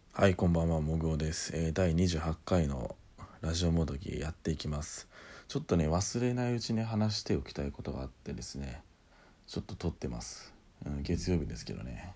はい、こんばんは、もぐおです。第28回のラジオもどきやっていきます。ちょっとね、忘れないうちに話しておきたいことがあってですね、ちょっと撮ってます。月曜日ですけどね。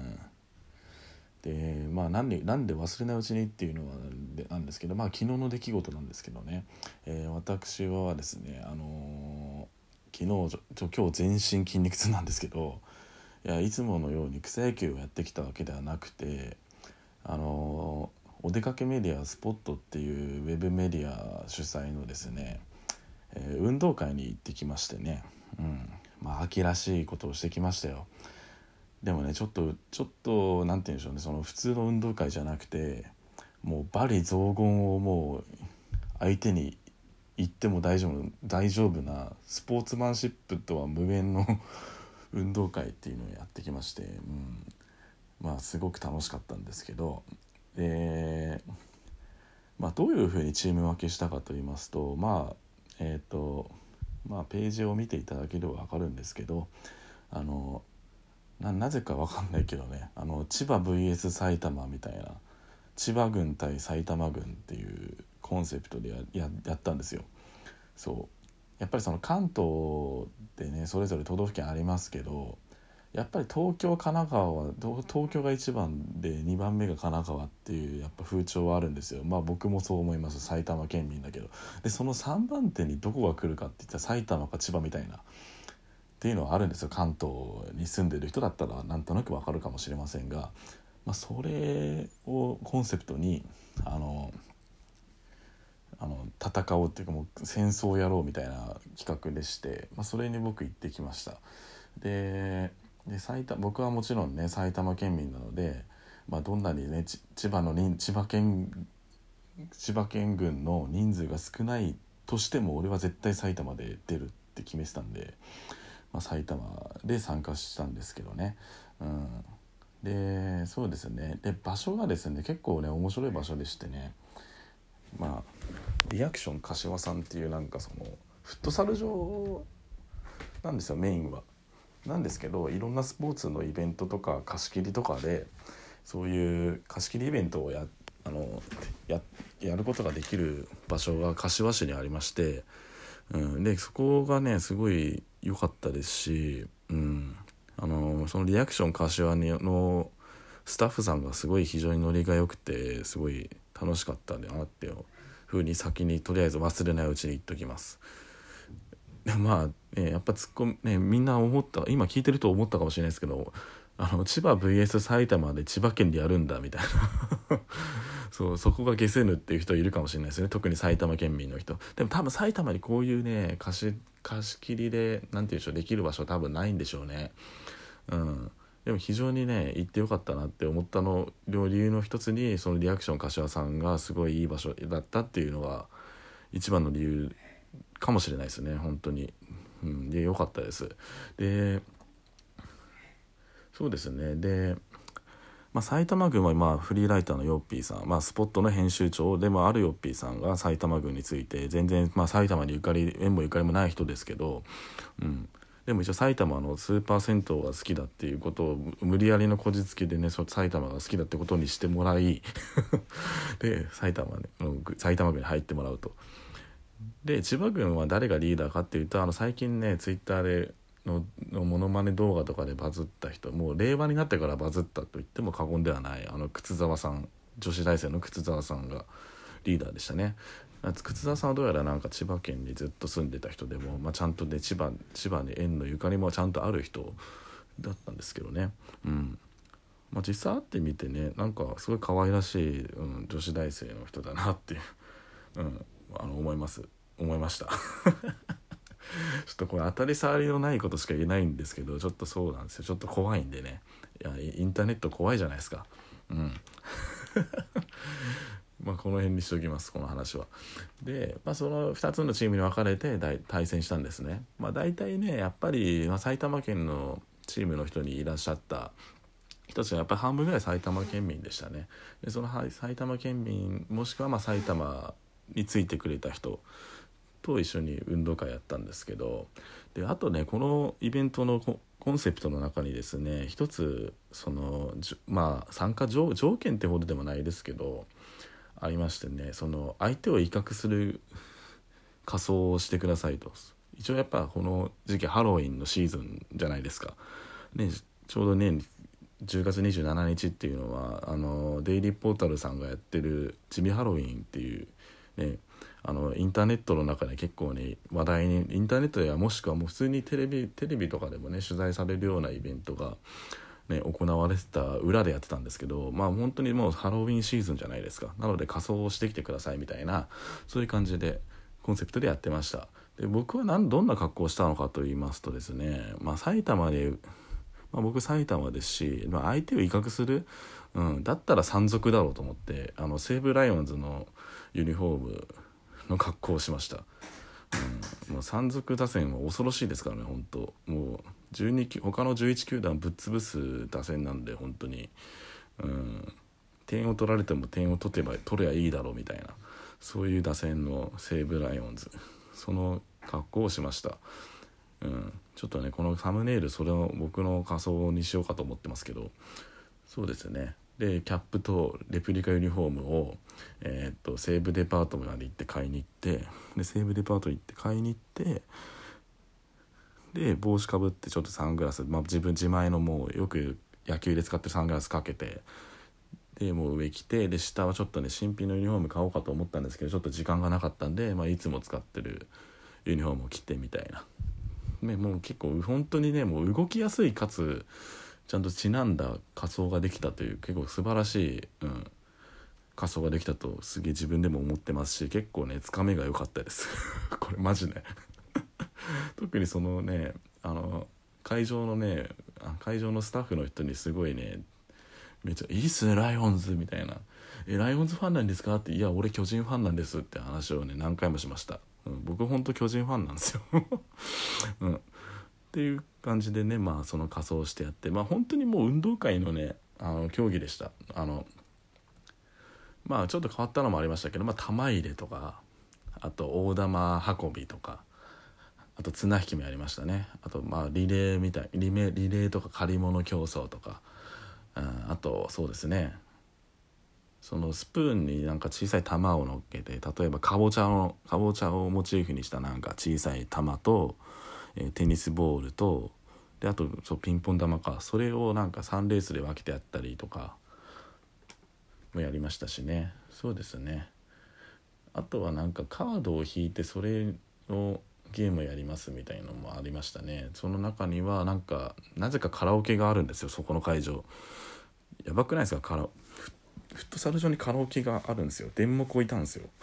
で、まあなんで忘れないうちにっていうのはなんですけど、昨日の出来事なんですけどね、私はですね、昨日今日全身筋肉痛なんですけど、いつものように草野球をやってきたわけではなくて、お出かけメディアスポットっていうウェブメディア主催のですね、運動会に行ってきましてね、秋らしいことをしてきましたよ。でもね、ちょっとなんて言うんでしょうね、その普通の運動会じゃなくて、もう罵詈雑言をもう相手に言っても大丈夫なスポーツマンシップとは無縁の運動会っていうのをやってきまして、すごく楽しかったんですけど、でどういうふうにチーム分けしたかと言いますと、ページを見ていただければ分かるんですけど、なぜか分かんないけどね、千葉 VS 埼玉みたいな、千葉郡対埼玉郡っていうコンセプトでやったんですよ。そうやっぱりその関東でね、それぞれ都道府県ありますけど、やっぱり東京神奈川は東京が1番で2番目が神奈川っていうやっぱ風潮はあるんですよ。僕もそう思います。埼玉県民だけど、でその3番手にどこが来るかって言ったら埼玉か千葉みたいなっていうのはあるんですよ。関東に住んでる人だったらなんとなくわかるかもしれませんが、それをコンセプトに戦おうっていうか、もう戦争をやろうみたいな企画でして、それに僕行ってきました。で僕はもちろんね埼玉県民なので、どんなにね千葉県軍の人数が少ないとしても俺は絶対埼玉で出るって決めてたんで、埼玉で参加したんですけどね。でそうですね、で場所がですね結構ね面白い場所でしてね、リアクション柏さんっていうなんかそのフットサル場なんですよ、メインは。なんですけど、いろんなスポーツのイベントとか貸し切りとかでそういう貸し切りイベントをあのややることができる場所が柏市にありまして、でそこがねすごい良かったですし、そのリアクション柏のスタッフさんがすごい非常にノリが良くてすごい楽しかったんだなっていう風に先にとりあえず忘れないうちに言っときます。でやっぱツッコミね、みんな今聞いてると思ったかもしれないですけど、千葉 VS 埼玉で千葉県でやるんだみたいなそこが消せぬっていう人いるかもしれないですね、特に埼玉県民の人。でも多分埼玉にこういうね貸し切りでなんていうんでしょう、できる場所多分ないんでしょうね。でも非常にね行ってよかったなって思ったの理由の一つに、そのリアクション柏さんがすごいいい場所だったっていうのが一番の理由かもしれないですね、本当に。で良かったです。でそうですね。で、埼玉郡はフリーライターのヨッピーさん、スポットの編集長でもあるヨッピーさんが埼玉郡について全然、埼玉に縁もゆかりもない人ですけど、でも一応埼玉のスーパー銭湯が好きだっていうことを無理やりのこじつけでね、埼玉が好きだってことにしてもらいで埼玉郡に入ってもらうと。で千葉郡は誰がリーダーかっていうと、最近ねツイッターでのモノマネ動画とかでバズった人、もう令和になってからバズったと言っても過言ではない靴沢さん、女子大生の靴沢さんがリーダーでしたね。靴沢さんはどうやらなんか千葉県にずっと住んでた人でも、ちゃんとね千葉に縁のゆかりもちゃんとある人だったんですけどね。実際会ってみてね、なんかすごい可愛らしい、女子大生の人だなっていう、思いましたちょっとこれ当たり障りのないことしか言えないんですけど、ちょっとそうなんですよ、ちょっと怖いんでね。インターネット怖いじゃないですか。この辺にしておきます、この話は。で、その2つのチームに分かれて対戦したんですね。大体ねやっぱり、埼玉県のチームの人にいらっしゃった人たちはやっぱり半分ぐらい埼玉県民でしたね。でその埼玉県民もしくは埼玉についてくれた人と一緒に運動会やったんですけど、であとねこのイベントのコンセプトの中にですね一つ参加条件ってほどでもないですけどありましてね、その相手を威嚇する仮装をしてくださいと。一応やっぱこの時期ハロウィンのシーズンじゃないですか、ね、ちょうどね10月27日っていうのはデイリーポータルさんがやってる地味ハロウィンっていう、ね、インターネットの中で結構ね話題に、インターネットやもしくはもう普通にテレビとかでもね取材されるようなイベントが、ね、行われてた裏でやってたんですけど、本当にもうハロウィンシーズンじゃないですか。なので仮装をしてきてくださいみたいな、そういう感じでコンセプトでやってました。で僕はどんな格好をしたのかと言いますとですね、埼玉で、僕埼玉ですし、相手を威嚇する、だったら山賊だろうと思って西武ライオンズのユニフォームの格好をしました。もう山賊打線は恐ろしいですからね、本当もう他の11球団ぶっ潰す打線なんで、本当に、点を取られても点を取ればいいだろうみたいな、そういう打線の西武ライオンズ、その格好をしました。ちょっとねこのサムネイルそれを僕の仮装にしようかと思ってますけど、そうですね。でキャップとレプリカユニフォームを、西武デパートまで行って買いに行って、で西武デパート行って買いに行って、で帽子かぶってちょっとサングラス、自前のもうよく野球で使ってるサングラスかけて、でもう上着て、で下はちょっとね新品のユニフォーム買おうかと思ったんですけどちょっと時間がなかったんで、いつも使ってるユニフォームを着てみたいな、もう結構本当にねもう動きやすいかつちゃんとちなんだ仮装ができたという結構素晴らしい、仮装ができたとすげえ自分でも思ってますし、結構ねつかめが良かったですこれマジね特にそのね会場のスタッフの人にすごいねめっちゃいいっすねライオンズみたいな、ライオンズファンなんですかって、いや俺巨人ファンなんですって話をね何回もしました。僕ほんと巨人ファンなんですよっていう感じでね、その仮装してやって、本当にもう運動会のね競技でした。ちょっと変わったのもありましたけど、玉入れとか、あと大玉運びとか、あと綱引きもやりましたね。あとリレーとか借り物競争とか、あとそうですね、そのスプーンになんか小さい玉を乗っけて、例えばかぼちゃをモチーフにしたなんか小さい玉と、テニスボールと、であとピンポン玉か、それをなんか3レースで分けてやったりとかもやりましたしね。そうですね。あとはなんかカードを引いてそれをゲームやりますみたいのもありましたね。その中にはなぜかカラオケがあるんですよ、そこの会場。やばくないですか？フットサル場にカラオケがあるんですよ。電目置いたんですよ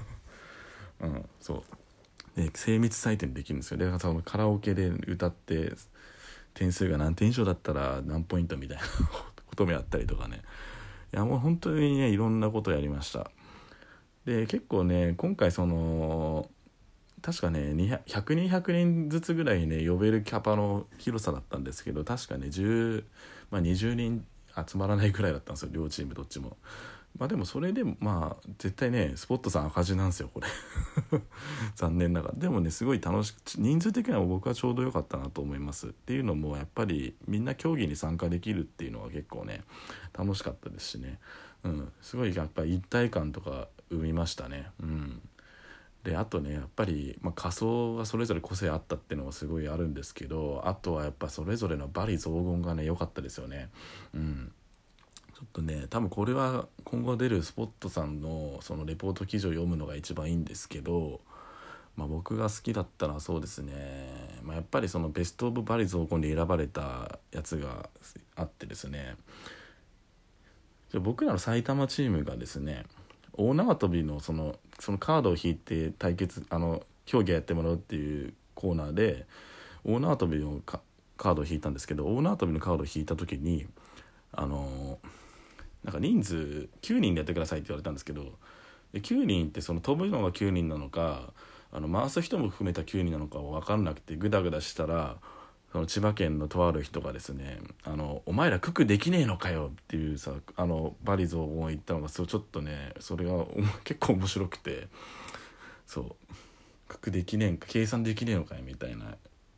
そうで精密採点できるんですよ。でそのカラオケで歌って点数が何点以上だったら何ポイントみたいなこともやったりとかね。いやもう本当にねいろんなことやりました。で結構ね今回確かね100人100人ずつぐらいね呼べるキャパの広さだったんですけど、確かね20人集まらないぐらいだったんですよ、両チームどっちも。でもそれでも絶対ねスポットさん赤字なんですよこれ残念ながら。でもねすごい楽しく、人数的には僕はちょうど良かったなと思います。っていうのもやっぱりみんな競技に参加できるっていうのは結構ね楽しかったですしね、すごいやっぱり一体感とか生みましたね。であとねやっぱり、仮装がそれぞれ個性あったっていうのがすごいあるんですけど、あとはやっぱそれぞれの罵詈雑言がね良かったですよね。ちょっとね多分これは今後出るスポットさんのそのレポート記事を読むのが一番いいんですけど、僕が好きだったのはそうですね、やっぱりそのベストオブ罵詈雑言で選ばれたやつがあってですね、僕らの埼玉チームがですね大縄跳びのそのカードを引いて競技やってもらうっていうコーナーで大縄跳びのカードを引いたんですけど、大縄跳びのカードを引いた時になんか人数9人でやってくださいって言われたんですけど、で9人ってその飛ぶのが9人なのか回す人も含めた9人なのかは分かんなくてグダグダしたら、その千葉県のとある人がですねお前ら九九できねえのかよっていうさ罵詈雑言を言ったのがちょっとねそれが結構面白くて、そう九九できねえんか計算できねえのかよみたいな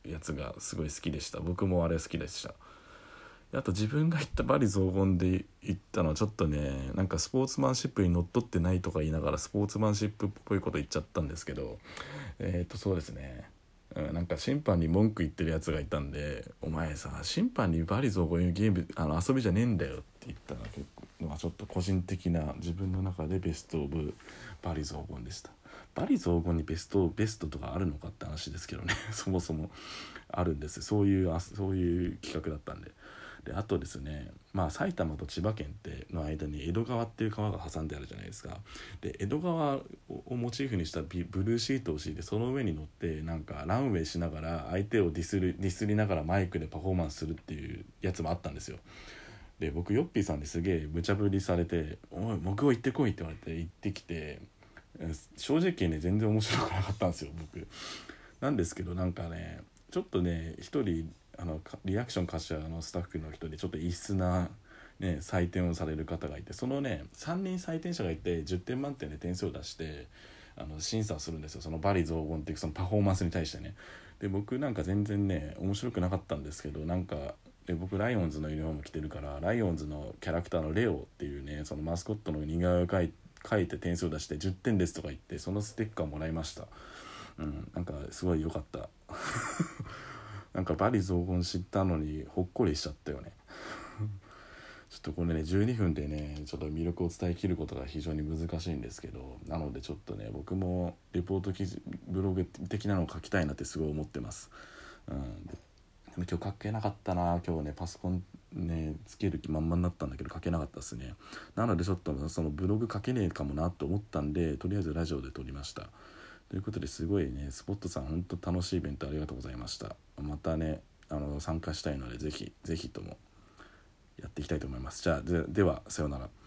やつがすごい好きでした。僕もあれ好きでした。あと自分が言ったバリ雑言で言ったのはちょっとね、なんかスポーツマンシップにのっとってないとか言いながらスポーツマンシップっぽいこと言っちゃったんですけど、そうですね、なんか審判に文句言ってるやつがいたんで、お前さ審判にバリ雑言いうゲーム遊びじゃねえんだよって言ったのが結構、ちょっと個人的な自分の中でベストオブバリ雑言でした。バリ雑言にベストとかあるのかって話ですけどねそもそもあるんです。そういう企画だったんで。であとですね、埼玉と千葉県っての間に江戸川っていう川が挟んであるじゃないですか。で江戸川をモチーフにしたブルーシートを敷いて、その上に乗ってなんかランウェイしながら相手をディスりながらマイクでパフォーマンスするっていうやつもあったんですよ。で僕ヨッピーさんですげえ無茶ぶりされて、おい僕を行ってこいって言われて行ってきて、正直ね全然面白くなかったんですよ僕。なんですけどなんかねちょっとね一人リアクション柏のスタッフの人でちょっと異質な、採点をされる方がいて、そのね3人採点者がいて10点満点で点数を出して審査をするんですよ。そのバリ雑言っていうそのパフォーマンスに対してね。で僕なんか全然ね面白くなかったんですけど、なんかで僕ライオンズのユニフォーム着てるから、ライオンズのキャラクターのレオっていうねそのマスコットの似顔絵を書いて点数を出して10点ですとか言って、そのステッカーもらいました。なんかすごい良かったなんかバリ雑言知ったのにほっこりしちゃったよねちょっとこれね12分でねちょっと魅力を伝えきることが非常に難しいんですけど、なのでちょっとね僕もレポート記事ブログ的なのを書きたいなってすごい思ってます。でも今日書けなかったな。今日ねパソコンねつける気満々になったんだけど書けなかったですね。なのでちょっとそのブログ書けねえかもなと思ったんで、とりあえずラジオで撮りました。ということですごいねスポットさん本当楽しいイベントありがとうございました。またね参加したいのでぜひともやっていきたいと思います。じゃあではさようなら。